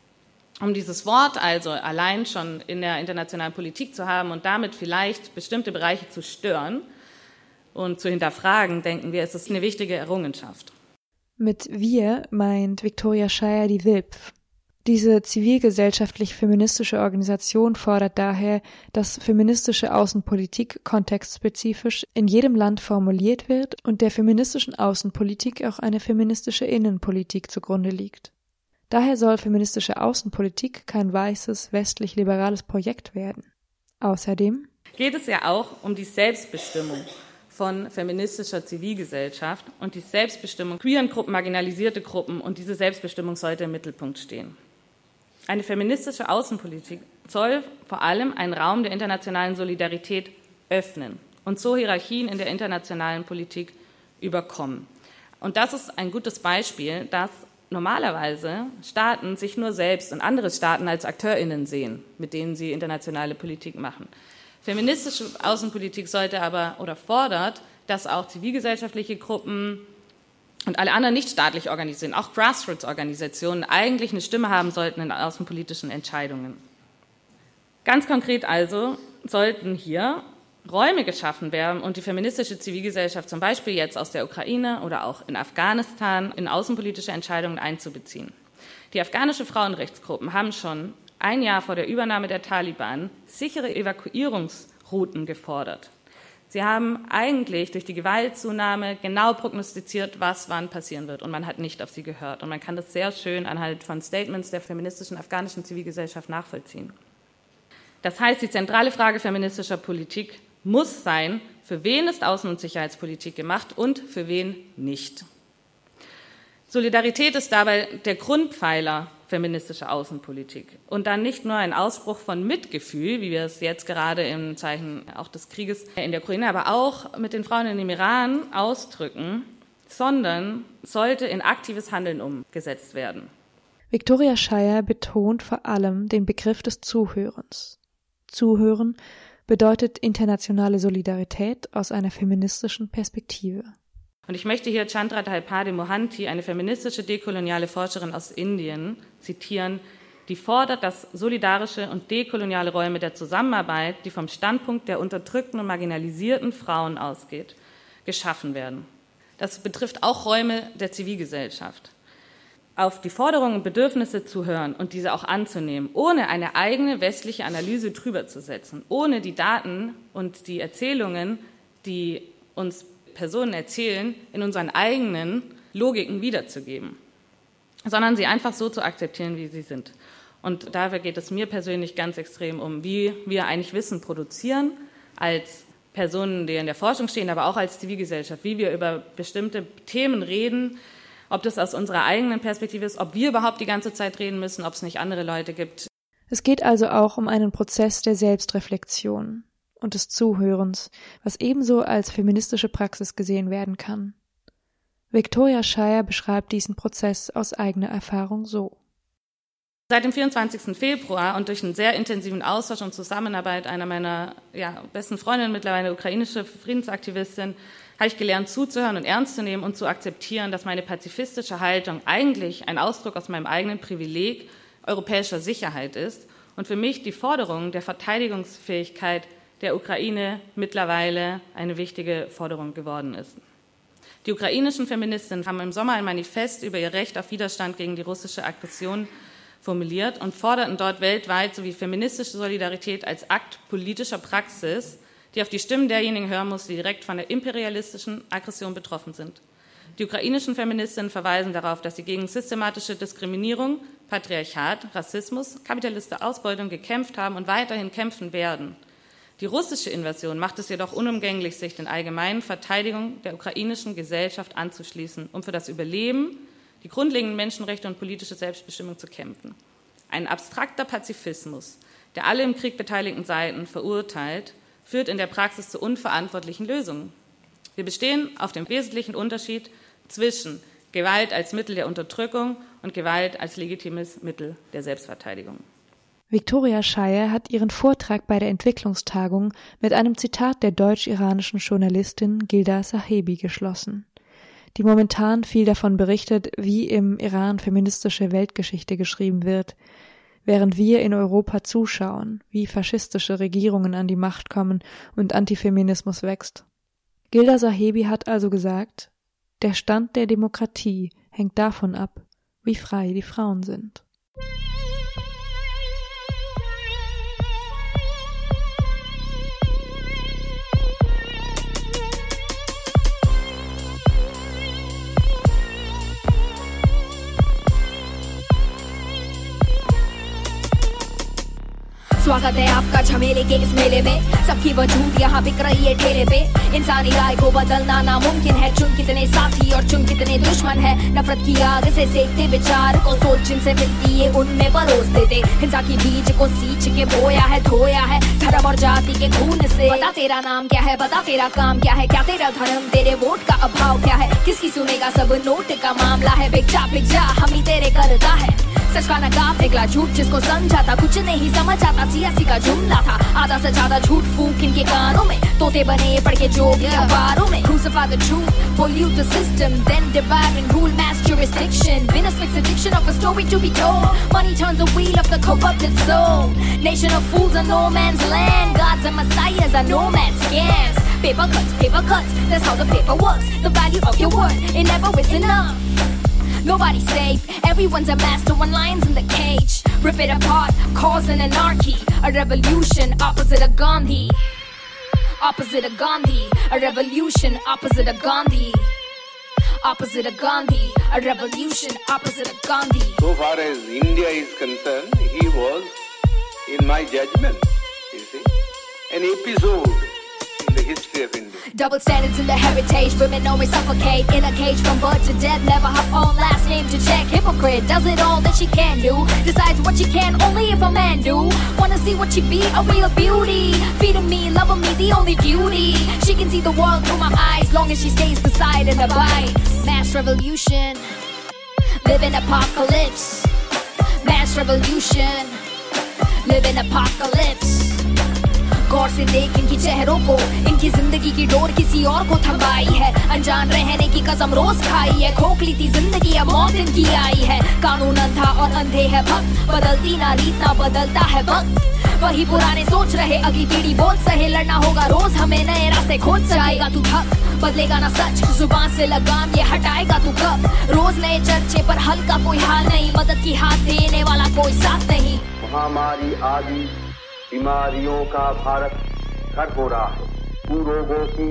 Speaker 3: Um dieses Wort also allein schon in der internationalen Politik zu haben und damit vielleicht bestimmte Bereiche zu stören und zu hinterfragen, denken wir, es ist eine wichtige Errungenschaft.
Speaker 2: Mit wir meint Victoria Shire die W I P F. Diese zivilgesellschaftlich-feministische Organisation fordert daher, dass feministische Außenpolitik kontextspezifisch in jedem Land formuliert wird und der feministischen Außenpolitik auch eine feministische Innenpolitik zugrunde liegt. Daher soll feministische Außenpolitik kein weißes, westlich-liberales Projekt werden. Außerdem
Speaker 3: geht es ja auch um die Selbstbestimmung von feministischer Zivilgesellschaft und die Selbstbestimmung queeren Gruppen, marginalisierte Gruppen, und diese Selbstbestimmung sollte im Mittelpunkt stehen. Eine feministische Außenpolitik soll vor allem einen Raum der internationalen Solidarität öffnen und so Hierarchien in der internationalen Politik überkommen. Und das ist ein gutes Beispiel, dass normalerweise Staaten sich nur selbst und andere Staaten als AkteurInnen sehen, mit denen sie internationale Politik machen. Feministische Außenpolitik sollte aber oder fordert, dass auch zivilgesellschaftliche Gruppen und alle anderen nichtstaatlich organisierten, auch Grassroots-Organisationen, eigentlich eine Stimme haben sollten in außenpolitischen Entscheidungen. Ganz konkret also sollten hier Räume geschaffen werden und die feministische Zivilgesellschaft zum Beispiel jetzt aus der Ukraine oder auch in Afghanistan in außenpolitische Entscheidungen einzubeziehen. Die afghanische Frauenrechtsgruppen haben schon ein Jahr vor der Übernahme der Taliban sichere Evakuierungsrouten gefordert. Sie haben eigentlich durch die Gewaltzunahme genau prognostiziert, was wann passieren wird, und man hat nicht auf sie gehört. Und man kann das sehr schön anhand von Statements der feministischen afghanischen Zivilgesellschaft nachvollziehen. Das heißt, die zentrale Frage feministischer Politik muss sein, für wen ist Außen- und Sicherheitspolitik gemacht und für wen nicht. Solidarität ist dabei der Grundpfeiler feministischer Außenpolitik und dann nicht nur ein Ausspruch von Mitgefühl, wie wir es jetzt gerade im Zeichen auch des Krieges in der Ukraine, aber auch mit den Frauen in dem Iran ausdrücken, sondern sollte in aktives Handeln umgesetzt werden.
Speaker 2: Victoria Shire betont vor allem den Begriff des Zuhörens. Zuhören bedeutet internationale Solidarität aus einer feministischen Perspektive.
Speaker 3: Und ich möchte hier Chandra Dhalpade Mohanty, eine feministische dekoloniale Forscherin aus Indien, zitieren, die fordert, dass solidarische und dekoloniale Räume der Zusammenarbeit, die vom Standpunkt der unterdrückten und marginalisierten Frauen ausgeht, geschaffen werden. Das betrifft auch Räume der Zivilgesellschaft. Auf die Forderungen und Bedürfnisse zu hören und diese auch anzunehmen, ohne eine eigene westliche Analyse drüber zu setzen, ohne die Daten und die Erzählungen, die uns Personen erzählen, in unseren eigenen Logiken wiederzugeben, sondern sie einfach so zu akzeptieren, wie sie sind. Und dafür geht es mir persönlich ganz extrem um, wie wir eigentlich Wissen produzieren, als Personen, die in der Forschung stehen, aber auch als Zivilgesellschaft, wie wir über bestimmte Themen reden, ob das aus unserer eigenen Perspektive ist, ob wir überhaupt die ganze Zeit reden müssen, ob es nicht andere Leute gibt.
Speaker 2: Es geht also auch um einen Prozess der Selbstreflexion und des Zuhörens, was ebenso als feministische Praxis gesehen werden kann. Victoria Shire beschreibt diesen Prozess aus eigener Erfahrung so.
Speaker 3: Seit dem vierundzwanzigsten Februar und durch einen sehr intensiven Austausch und Zusammenarbeit einer meiner ja, besten Freundinnen, mittlerweile ukrainische Friedensaktivistin, habe ich gelernt, zuzuhören und ernst zu nehmen und zu akzeptieren, dass meine pazifistische Haltung eigentlich ein Ausdruck aus meinem eigenen Privileg europäischer Sicherheit ist und für mich die Forderung der Verteidigungsfähigkeit der Ukraine mittlerweile eine wichtige Forderung geworden ist. Die ukrainischen Feministinnen haben im Sommer ein Manifest über ihr Recht auf Widerstand gegen die russische Aggression formuliert und forderten dort weltweit sowie feministische Solidarität als Akt politischer Praxis, die auf die Stimmen derjenigen hören muss, die direkt von der imperialistischen Aggression betroffen sind. Die ukrainischen Feministinnen verweisen darauf, dass sie gegen systematische Diskriminierung, Patriarchat, Rassismus, kapitalistische Ausbeutung gekämpft haben und weiterhin kämpfen werden. Die russische Invasion macht es jedoch unumgänglich, sich den allgemeinen Verteidigung der ukrainischen Gesellschaft anzuschließen, um für das Überleben, die grundlegenden Menschenrechte und politische Selbstbestimmung zu kämpfen. Ein abstrakter Pazifismus, der alle im Krieg beteiligten Seiten verurteilt, führt in der Praxis zu unverantwortlichen Lösungen. Wir bestehen auf dem wesentlichen Unterschied zwischen Gewalt als Mittel der Unterdrückung und Gewalt als legitimes Mittel der Selbstverteidigung.
Speaker 2: Viktoria Scheier hat ihren Vortrag bei der Entwicklungstagung mit einem Zitat der deutsch-iranischen Journalistin Gilda Sahebi geschlossen, die momentan viel davon berichtet, wie im Iran feministische Weltgeschichte geschrieben wird, während wir in Europa zuschauen, wie faschistische Regierungen an die Macht kommen und Antifeminismus wächst. Gilda Sahebi hat also gesagt, der Stand der Demokratie hängt davon ab, wie frei die Frauen sind.
Speaker 9: स्वागत है आपका झमेले के इस मेले में सबकी वजूद यहाँ बिक रही है ठेले पे इंसानी राय को बदलना नामुमकिन है चुन कितने साथी और चुन कितने दुश्मन है नफरत की आग से सेकते विचार को सोच जिनसे मिलती है उनमें परोस देते हिंसा की बीज को सींच के बोया है धोया है धर्म और जाति के खून से बता तेरा नाम क्या है बता तेरा काम क्या है क्या तेरा धर्म तेरे वोट का अभाव क्या है किसकी सुनेगा सब नोट का मामला है बिक जा बिक जा हम ही तेरे करता है सच का नकाब निकला झूठ जिसको समझा था कुछ नहीं समझ आता सियासी का जुमला था आधा से ज्यादा झूठ फूंक इनके कानों में तोते बने पढ़ के जो भी अखबारों में crucify the truth pollute the system then divide and rule mass jurisdiction Venus makes addiction of a story to be told money turns the wheel of the corrupted soul nation of fools and no man's land gods and messiahs are no man's scams paper cuts paper cuts that's how the paper works the value of your word it never is enough Nobody's safe, everyone's a master when lions in the cage Rip it apart, cause an anarchy A revolution opposite of Gandhi Opposite of Gandhi A revolution opposite of Gandhi Opposite of Gandhi A revolution opposite of Gandhi
Speaker 10: So far as India is concerned, he was, in my judgment, you see, an episode in the history of India
Speaker 9: Double standards in the heritage, women always suffocate In a cage from birth to death, never her own last name to check Hypocrite, does it all that she can do Decides what she can, only if a man do Wanna see what she be, a real beauty Feeding me, loving me, the only duty She can see the world through my eyes Long as she stays beside and abides Mass revolution Live in apocalypse Mass revolution Live in apocalypse गौर से देख इनकी चेहरों को इनकी जिंदगी की डोर किसी और को थमाई है अनजान रहने की कसम रोज खाई है खोखली थी जिंदगी अब मौत इनकी आई है कानून अंधा और अंधे है भक्त बदलती ना रीत ना बदलता है वक्त वही पुराने सोच रहे अगली पीढ़ी बोझ सहे लड़ना होगा रोज हमें नए रास्ते खोज जाएगा तू थक बदलेगा ना सच जुबान से लगाम ये हटाएगा तू कब रोज नए चर्चे पर हल का कोई हाल नहीं मदद की हाथ देने वाला कोई साथ नहीं
Speaker 10: महामारी आदि बीमारियों का भारत घर हो रहा है कुरोगों की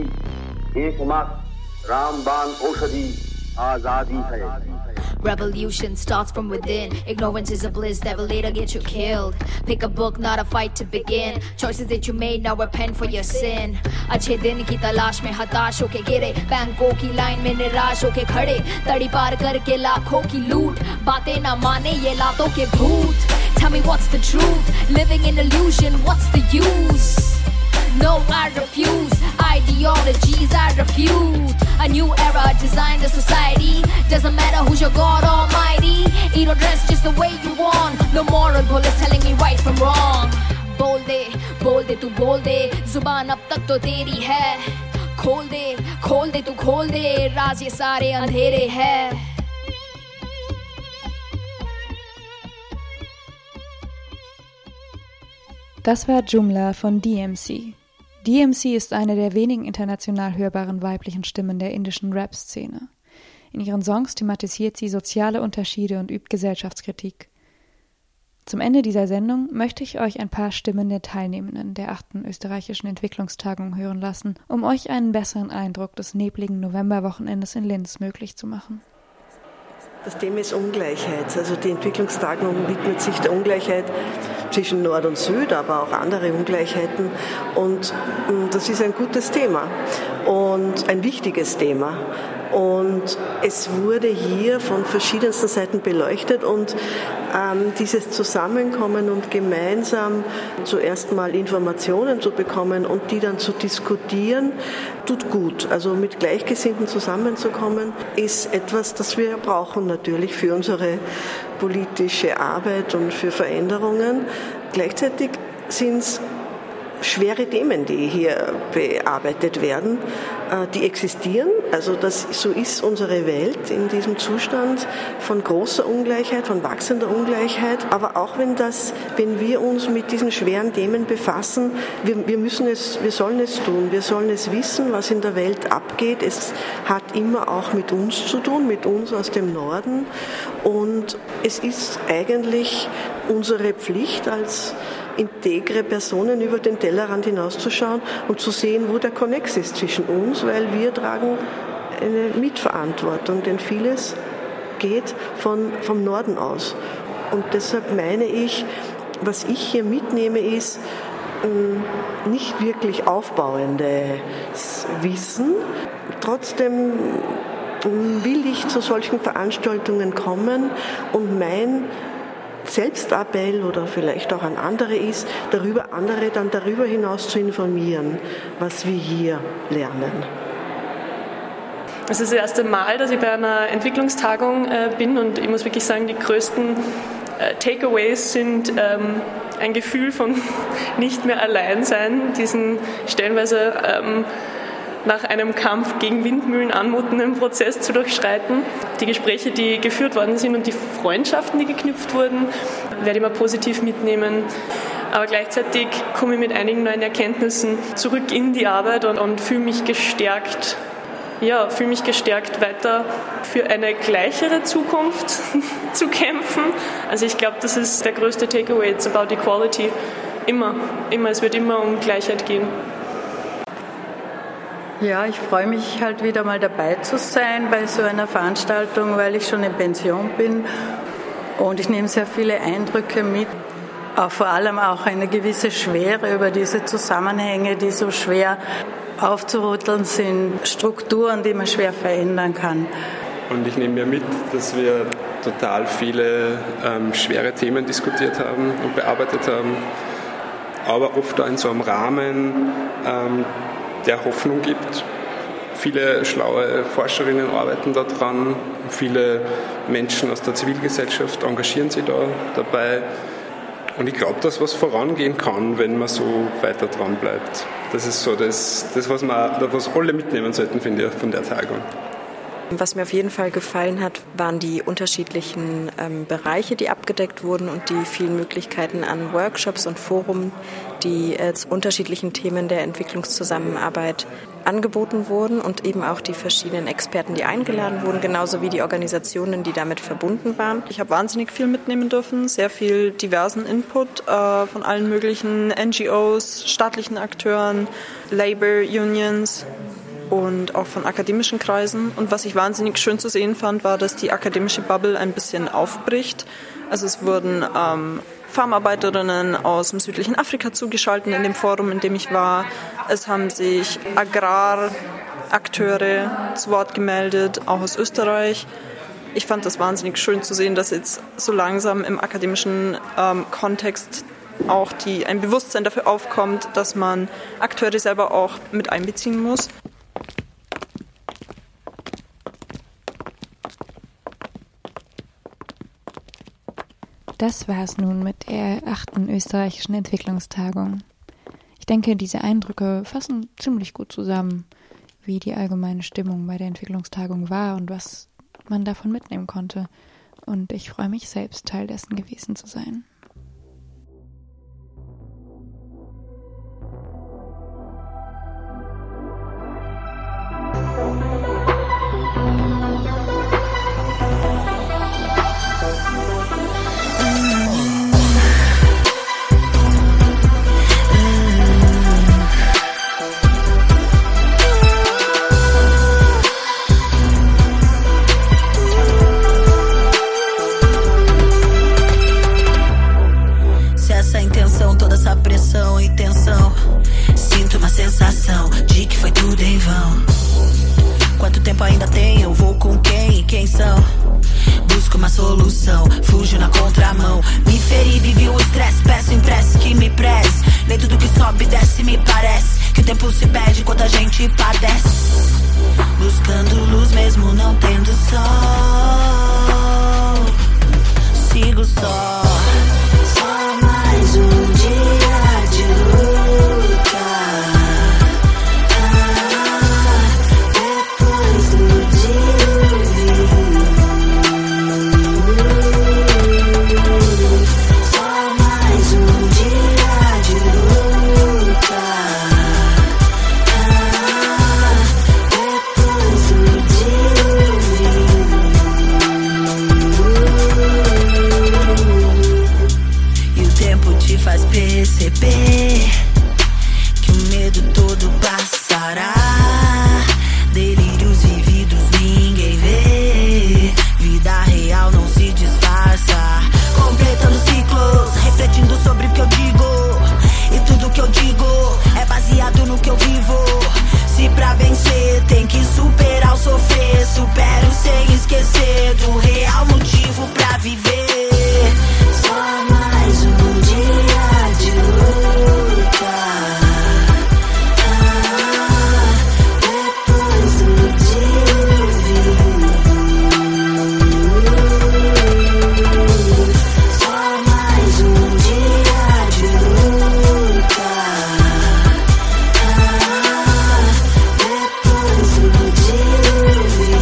Speaker 10: एकमात्र रामबाण औषधि आजादी है
Speaker 9: Revolution starts from within Ignorance is a bliss that will later get you killed Pick a book, not a fight to begin Choices that you made, now repent for your sin अच्छे दिन की तलाश में हताश होके गिरे बैंकों की लाइन में निराश होके खड़े तड़ी पार करके लाखों की लूट बातें ना माने ये लातों के भूत Tell me what's the truth Living in illusion, what's the use No, I refuse Ideologies I refute A new era, design the society Doesn't matter who's your God almighty Eat or dress just the way you want No moral bullets telling me right from wrong बोल दे, बोल दे तू बोल दे जुबान अब तक तो तेरी है खोल दे, खोल दे तू खोल दे राज ये सारे अंधेरे है
Speaker 2: Das war Jumla von D M C. D M C ist eine der wenigen international hörbaren weiblichen Stimmen der indischen Rap-Szene. In ihren Songs thematisiert sie soziale Unterschiede und übt Gesellschaftskritik. Zum Ende dieser Sendung möchte ich euch ein paar Stimmen der Teilnehmenden der achten österreichischen Entwicklungstagung hören lassen, um euch einen besseren Eindruck des nebligen Novemberwochenendes in Linz möglich zu machen.
Speaker 11: Das Thema ist Ungleichheit. Also die Entwicklungstagung widmet sich der Ungleichheit zwischen Nord und Süd, aber auch andere Ungleichheiten. Und das ist ein gutes Thema und ein wichtiges Thema. Und es wurde hier von verschiedensten Seiten beleuchtet und ähm, dieses Zusammenkommen und gemeinsam zuerst mal Informationen zu bekommen und die dann zu diskutieren, tut gut. Also mit Gleichgesinnten zusammenzukommen, ist etwas, das wir brauchen natürlich für unsere politische Arbeit und für Veränderungen. Gleichzeitig sind es schwere Themen, die hier bearbeitet werden, die existieren. Also das, so ist unsere Welt in diesem Zustand von großer Ungleichheit, von wachsender Ungleichheit. Aber auch wenn das, wenn wir uns mit diesen schweren Themen befassen, wir, wir müssen es, wir sollen es tun. Wir sollen es wissen, was in der Welt abgeht. Es hat immer auch mit uns zu tun, mit uns aus dem Norden. Und es ist eigentlich unsere Pflicht als integre Personen über den Tellerrand hinauszuschauen und zu sehen, wo der Konnex ist zwischen uns, weil wir tragen eine Mitverantwortung, denn vieles geht von, vom Norden aus. Und deshalb meine ich, was ich hier mitnehme, ist nicht wirklich aufbauendes Wissen. Trotzdem will ich zu solchen Veranstaltungen kommen und mein Selbstappell oder vielleicht auch an andere ist, darüber andere dann darüber hinaus zu informieren, was wir hier lernen.
Speaker 12: Es ist das erste Mal, dass ich bei einer Entwicklungstagung äh, bin und ich muss wirklich sagen, die größten äh, Takeaways sind ähm, ein Gefühl von nicht mehr allein sein, diesen stellenweise ähm, nach einem Kampf gegen Windmühlen anmutenden Prozess zu durchschreiten. Die Gespräche, die geführt worden sind und die Freundschaften, die geknüpft wurden, werde ich mal positiv mitnehmen. Aber gleichzeitig komme ich mit einigen neuen Erkenntnissen zurück in die Arbeit und, und fühle mich gestärkt, ja, fühle mich gestärkt weiter für eine gleichere Zukunft zu kämpfen. Also ich glaube, das ist der größte Takeaway. It's about equality. Immer, immer. Es wird immer um Gleichheit gehen.
Speaker 13: Ja, ich freue mich halt wieder mal dabei zu sein bei so einer Veranstaltung, weil ich schon in Pension bin und ich nehme sehr viele Eindrücke mit, auch vor allem auch eine gewisse Schwere über diese Zusammenhänge, die so schwer aufzurütteln sind, Strukturen, die man schwer verändern kann.
Speaker 14: Und ich nehme mir mit, dass wir total viele ähm, schwere Themen diskutiert haben und bearbeitet haben, aber oft auch in so einem Rahmen, ähm, der Hoffnung gibt. Viele schlaue Forscherinnen arbeiten daran, viele Menschen aus der Zivilgesellschaft engagieren sich da dabei. Und ich glaube, dass was vorangehen kann, wenn man so weiter dran bleibt. Das ist so das, das was, man, was alle mitnehmen sollten, finde ich, von der Tagung.
Speaker 15: Was mir auf jeden Fall gefallen hat, waren die unterschiedlichen ähm, Bereiche, die abgedeckt wurden und die vielen Möglichkeiten an Workshops und Forum, die äh, zu unterschiedlichen Themen der Entwicklungszusammenarbeit angeboten wurden und eben auch die verschiedenen Experten, die eingeladen wurden, genauso wie die Organisationen, die damit verbunden waren.
Speaker 16: Ich habe wahnsinnig viel mitnehmen dürfen, sehr viel diversen Input äh, von allen möglichen N G Os, staatlichen Akteuren, Labor Unions und auch von akademischen Kreisen. Und was ich wahnsinnig schön zu sehen fand, war, dass die akademische Bubble ein bisschen aufbricht. Also es wurden ähm, Farmarbeiterinnen aus dem südlichen Afrika zugeschaltet in dem Forum, in dem ich war. Es haben sich Agrarakteure zu Wort gemeldet, auch aus Österreich. Ich fand das wahnsinnig schön zu sehen, dass jetzt so langsam im akademischen ähm, Kontext auch die, ein Bewusstsein dafür aufkommt, dass man Akteure selber auch mit einbeziehen muss.
Speaker 2: Das war es nun mit der achten österreichischen Entwicklungstagung. Ich denke, diese Eindrücke fassen ziemlich gut zusammen, wie die allgemeine Stimmung bei der Entwicklungstagung war und was man davon mitnehmen konnte. Und ich freue mich selbst, Teil dessen gewesen zu sein.
Speaker 17: sensação de que foi tudo em vão. Quanto tempo ainda tem? Eu vou com quem? Quem são? Busco uma solução, fujo na contramão. Me feri, vivi o estresse, peço impresso que me preze. Nem tudo que sobe desce, me parece que o tempo se perde enquanto a gente padece. Buscando luz mesmo não tendo sol. Sigo só. Só mais um dia de luta. Ah, depois do dilúvio. Só mais um dia de luta. Ah, depois do dilúvio. E o tempo te faz perceber que o medo todo passará. Delírios vividos ninguém vê. Vida real não se disfarça. Completando ciclos, refletindo sobre o que eu digo. E tudo que eu digo é baseado no que eu vivo. Se pra vencer tem que superar o sofrer, supero sem esquecer do real motivo pra viver. Só mais um dia de luta. Ah, depois do dilúvio. Só mais um dia de luta. Ah, depois do dilúvio.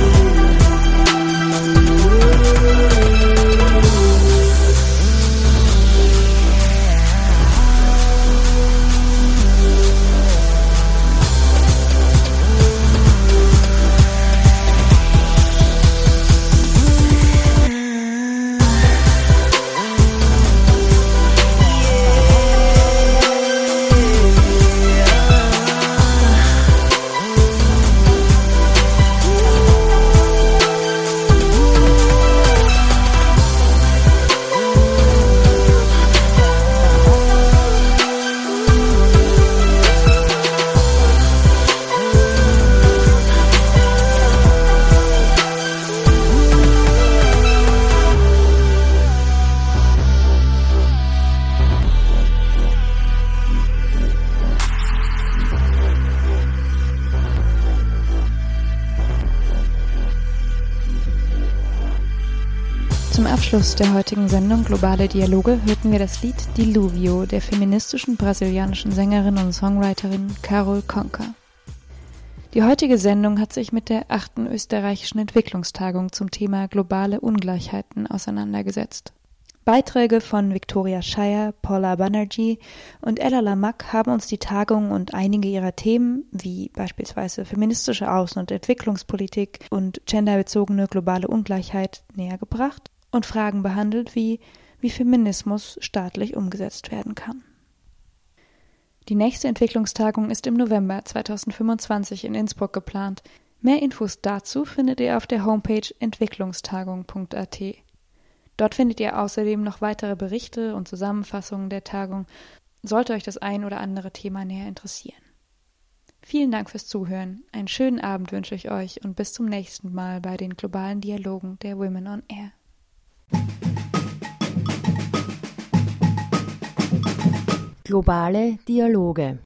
Speaker 2: Zum Abschluss der heutigen Sendung Globale Dialoge hörten wir das Lied Diluvio der feministischen brasilianischen Sängerin und Songwriterin Carol Conká. Die heutige Sendung hat sich mit der achten österreichischen Entwicklungstagung zum Thema globale Ungleichheiten auseinandergesetzt. Beiträge von Victoria Scheier, Paula Banerjee und Ella Lamack haben uns die Tagung und einige ihrer Themen, wie beispielsweise feministische Außen- und Entwicklungspolitik und genderbezogene globale Ungleichheit, näher gebracht und Fragen behandelt wie, wie Feminismus staatlich umgesetzt werden kann. Die nächste Entwicklungstagung ist im November zweitausendfünfundzwanzig in Innsbruck geplant. Mehr Infos dazu findet ihr auf der Homepage entwicklungstagung punkt a t. Dort findet ihr außerdem noch weitere Berichte und Zusammenfassungen der Tagung, sollte euch das ein oder andere Thema näher interessieren. Vielen Dank fürs Zuhören, einen schönen Abend wünsche ich euch und bis zum nächsten Mal bei den globalen Dialogen der Women on Air.
Speaker 1: Globale Dialoge